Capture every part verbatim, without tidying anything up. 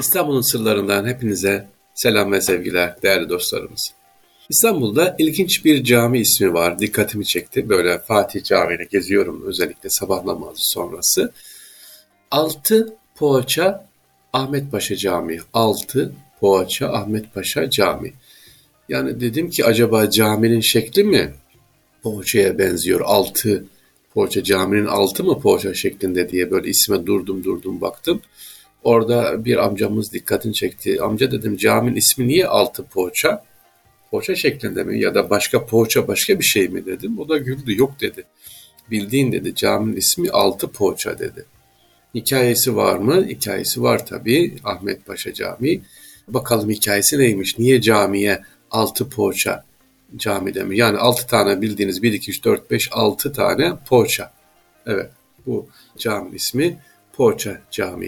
İstanbul'un sırlarından hepinize selam ve sevgiler değerli dostlarımız. İstanbul'da ilginç bir cami ismi var. Dikkatimi çekti. Böyle Fatih Camii'ni geziyorum özellikle sabah namazı sonrası. Altı Poğaça Ahmet Paşa Camii. Altı Poğaça Ahmet Paşa Camii. Yani dedim ki acaba caminin şekli mi poğaçaya benziyor? Altı Poğaça Camii'nin altı mı poğaça şeklinde diye böyle isme durdum durdum baktım. Orada bir amcamız dikkatini çekti. Amca dedim caminin ismi niye Altı Poğaça? Poğaça şeklinde mi ya da başka poğaça başka bir şey mi dedim. O da güldü, yok dedi. Bildiğin dedi, caminin ismi Altı Poğaça dedi. Hikayesi var mı? Hikayesi var tabii. Ahmet Paşa Camii. Bakalım hikayesi neymiş? Niye camiye Altı Poğaça Cami demi? Yani altı tane bildiğiniz bir, iki, üç, dört, beş, altı tane poğaça. Evet, bu caminin ismi Poğaça Camii.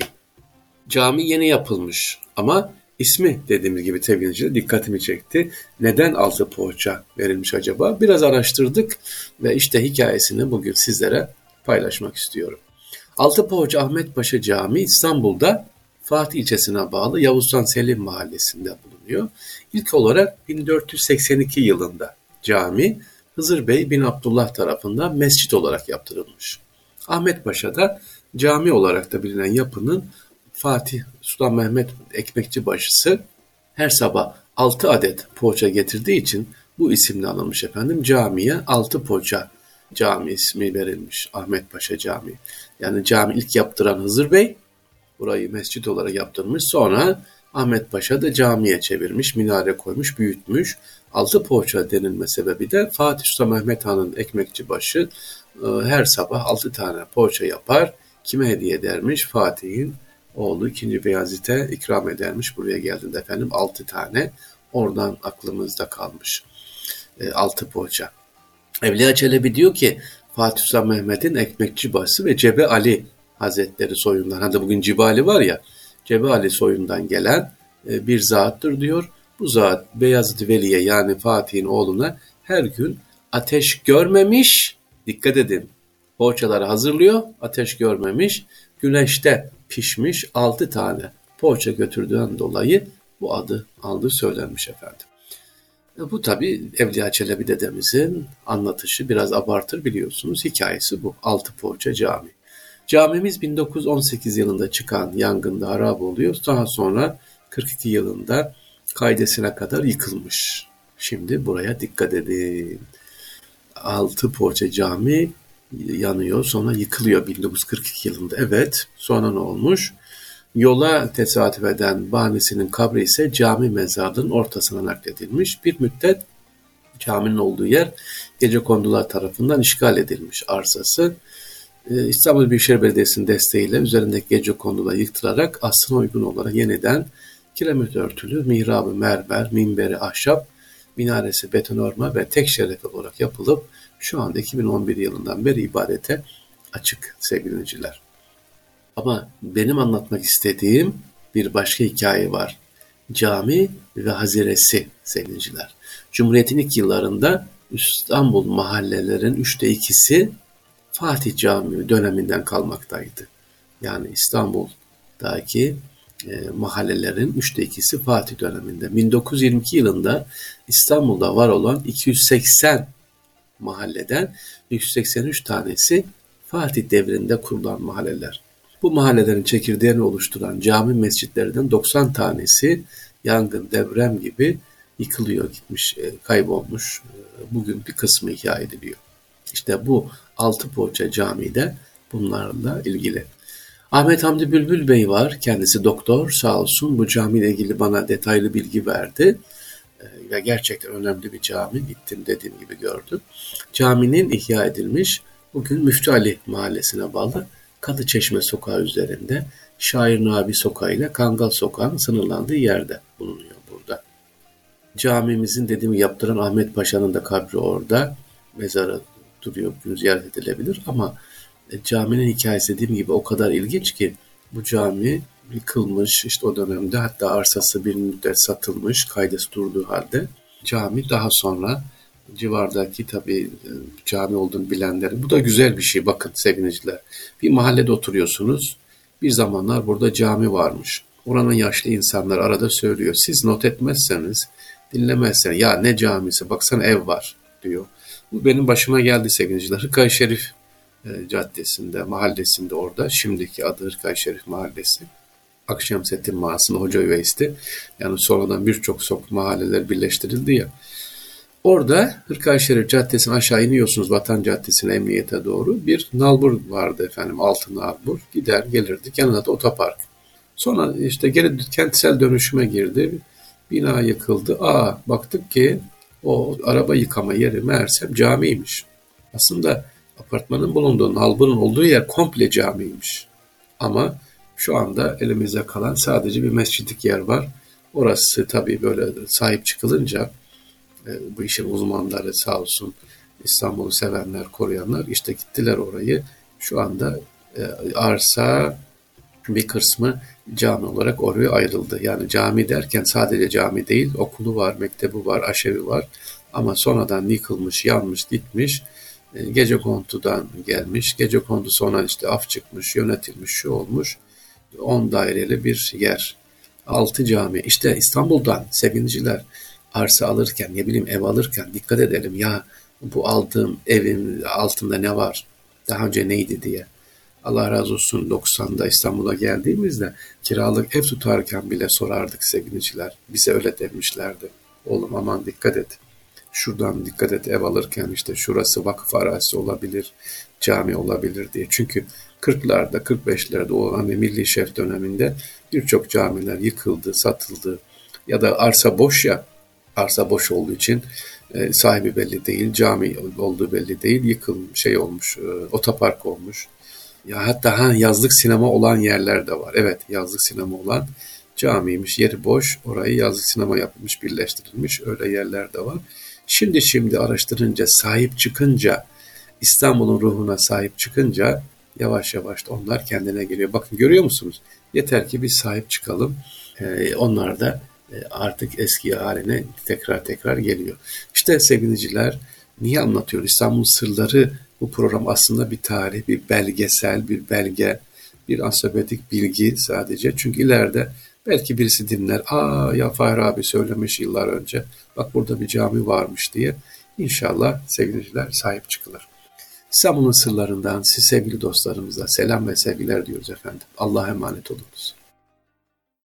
Cami yeni yapılmış ama ismi dediğimiz gibi sevgili dikkatimi çekti. Neden Altı Poğaça verilmiş acaba? Biraz araştırdık ve işte hikayesini bugün sizlere paylaşmak istiyorum. Altı Poğaça Ahmet Paşa Camii İstanbul'da Fatih ilçesine bağlı Yavuz Sultan Selim mahallesinde bulunuyor. İlk olarak bin dört yüz seksen iki yılında cami Hızır Bey bin Abdullah tarafından mescit olarak yaptırılmış. Ahmet Paşa'da cami olarak da bilinen yapının Fatih Sultan Mehmet Ekmekçibaşısı her sabah altı adet poğaça getirdiği için bu isimle alınmış efendim. Camiye Altı Poğaça Cami ismi verilmiş. Ahmet Paşa Camii. Yani cami ilk yaptıran Hızır Bey burayı mescit olarak yaptırmış. Sonra Ahmet Paşa da camiye çevirmiş, minare koymuş, büyütmüş. Altı Poğaça denilme sebebi de Fatih Sultan Mehmet Han'ın Ekmekçibaşı her sabah altı tane poğaça yapar. Kime hediye edermiş? Fatih'in oğlu ikinci. Beyazıt'e ikram edermiş. Buraya geldiğinde efendim altı tane. Oradan aklımızda kalmış. E, altı poğaça. Evliya Çelebi diyor ki Fatih Sultan Mehmet'in Ekmekçibaşı ve Cebe Ali Hazretleri soyundan. Hani bugün Cibali var ya. Cebe Ali soyundan gelen e, bir zattır diyor. Bu zat Beyazıt Veli'ye yani Fatih'in oğluna her gün ateş görmemiş. Dikkat edin. Poğaçaları hazırlıyor. Ateş görmemiş. Güneşte pişmiş altı tane poğaça götürdüğünden dolayı bu adı aldığı söylenmiş efendim. E bu tabi Evliya Çelebi dedemizin anlatışı, biraz abartır biliyorsunuz. Hikayesi bu. Altı Poğaça Cami. Camimiz bin dokuz yüz on sekiz yılında çıkan yangında harap oluyor. Daha sonra kırk iki yılında kaidesine kadar yıkılmış. Şimdi buraya dikkat edin. Altı Poğaça Cami yanıyor, sonra yıkılıyor bin dokuz yüz kırk iki yılında. Evet, sonra ne olmuş? Yola tesadüf eden banisinin kabri ise cami mezarlığının ortasına nakledilmiş. Bir müddet caminin olduğu yer gecekondular tarafından işgal edilmiş arsası. Ee, İstanbul Büyükşehir Belediyesi'nin desteğiyle üzerindeki gecekonduları yıktırarak aslına uygun olarak yeniden kiremit örtülü, mihrabı mermer, minberi ahşap, minaresi betonarme ve tek şerefli olarak yapılıp şu anda iki bin on bir yılından beri ibadete açık sevgili dinleyiciler. Ama benim anlatmak istediğim bir başka hikaye var. Cami ve haziresi sevgili dinleyiciler. Cumhuriyet'in ilk yıllarında İstanbul mahallelerin üçte ikisi Fatih Camii döneminden kalmaktaydı. Yani İstanbul'daki e, mahallelerin üçte ikisi Fatih döneminde. bin dokuz yüz yirmi iki yılında İstanbul'da var olan iki yüz seksen mahalleden yüz seksen üç tanesi Fatih devrinde kurulan mahalleler. Bu mahallelerin çekirdeğini oluşturan cami mescitlerinden doksan tanesi yangın, deprem gibi yıkılıyor, gitmiş, kaybolmuş. Bugün bir kısmı ihya ediliyor. İşte bu Altı Poğaça Camii de bunlarla ilgili. Ahmet Hamdi Bülbül Bey var. Kendisi doktor, sağ olsun bu camiyle ilgili bana detaylı bilgi verdi. Ve gerçekten önemli bir cami. Gittim dediğim gibi gördüm. Caminin ihya edilmiş, bugün Müftü Ali mahallesine bağlı Kadıçeşme sokağı üzerinde Şair Nabi sokağı ile Kangal sokağının sınırlandığı yerde bulunuyor burada. Camimizin dediğimi yaptıran Ahmet Paşa'nın da kabri orada. Mezarı duruyor, bugün ziyaret edilebilir ama caminin hikayesi dediğim gibi o kadar ilginç ki bu cami yıkılmış işte o dönemde, hatta arsası bir müddet satılmış kaydesi durduğu halde. Cami daha sonra civardaki tabii cami olduğunu bilenlerin, bu da güzel bir şey bakın sevgiliciler. Bir mahallede oturuyorsunuz, bir zamanlar burada cami varmış. Oranın yaşlı insanlar arada söylüyor. Siz not etmezseniz, dinlemezseniz, ya ne camisi, baksana ev var diyor. Bu benim başıma geldi sevgiliciler. Hırkaya Şerif e, Caddesi'nde, mahallesinde orada. Şimdiki adı Hırkaya Şerif Mahallesi. Akşemseddin Mahallesi'nde Hoca Üveys'ti. Yani sonradan birçok sok mahalleler birleştirildi ya. Orada Hırkaya Şerif Caddesi'ne aşağı iniyorsunuz Vatan Caddesi'ne emniyete doğru. Bir nalbur vardı efendim, altın nalbur. Gider gelirdik. Yanında da otopark. Sonra işte geri kentsel dönüşüme girdi. Bina yıkıldı. Aa, baktık ki o araba yıkama yeri meğersem camiymiş. Aslında apartmanın bulunduğu, nalburun olduğu yer komple camiymiş. Ama şu anda elimizde kalan sadece bir mescitlik yer var. Orası tabii böyle sahip çıkılınca e, bu işin uzmanları sağ olsun, İstanbul'u sevenler, koruyanlar işte gittiler orayı. Şu anda e, arsa bir kısmı cami olarak oraya ayrıldı. Yani cami derken sadece cami değil, okulu var, mektebi var, aşevi var. Ama sonradan yıkılmış, yanmış, gitmiş. E, Gecekondu'dan gelmiş. Gecekondu sonra işte af çıkmış, yönetilmiş, şu olmuş. On daireli bir yer. Altı cami. İşte İstanbul'dan sevgiliciler arsa alırken, ne bileyim ev alırken dikkat edelim. Ya bu aldığım evin altında ne var? Daha önce neydi diye. Allah razı olsun, doksanda İstanbul'a geldiğimizde kiralık ev tutarken bile sorardık sevgiliciler. Bize öyle demişlerdi. Oğlum aman dikkat et. Şuradan dikkat et ev alırken, işte şurası vakıf arazisi olabilir, cami olabilir diye. Çünkü kırklarda, kırk beşlerde o hani Milli Şerif döneminde birçok camiler yıkıldı, satıldı. Ya da arsa boş ya, arsa boş olduğu için e, sahibi belli değil, cami olduğu belli değil, yıkılmış, şey olmuş, e, otopark olmuş. Ya hatta ha, yazlık sinema olan yerler de var. Evet, yazlık sinema olan camiymiş, yeri boş, orayı yazlık sinema yapılmış, birleştirilmiş, öyle yerler de var. Şimdi şimdi araştırınca, sahip çıkınca, İstanbul'un ruhuna sahip çıkınca yavaş yavaş da onlar kendine geliyor. Bakın görüyor musunuz? Yeter ki biz sahip çıkalım. Ee, onlar da e, artık eski haline tekrar tekrar geliyor. İşte sevgiliciler, niye anlatıyor? İstanbul Sırları, bu program aslında bir tarih, bir belgesel, bir belge, bir ansiklopedic bilgi sadece. Çünkü ileride belki birisi dinler, aa ya Fahri abi söylemiş yıllar önce, bak burada bir cami varmış diye. İnşallah sevgiliciler sahip çıkılır. İstanbul'un sırlarından siz sevgili dostlarımıza selam ve sevgiler diyoruz efendim. Allah'a emanet olunuz.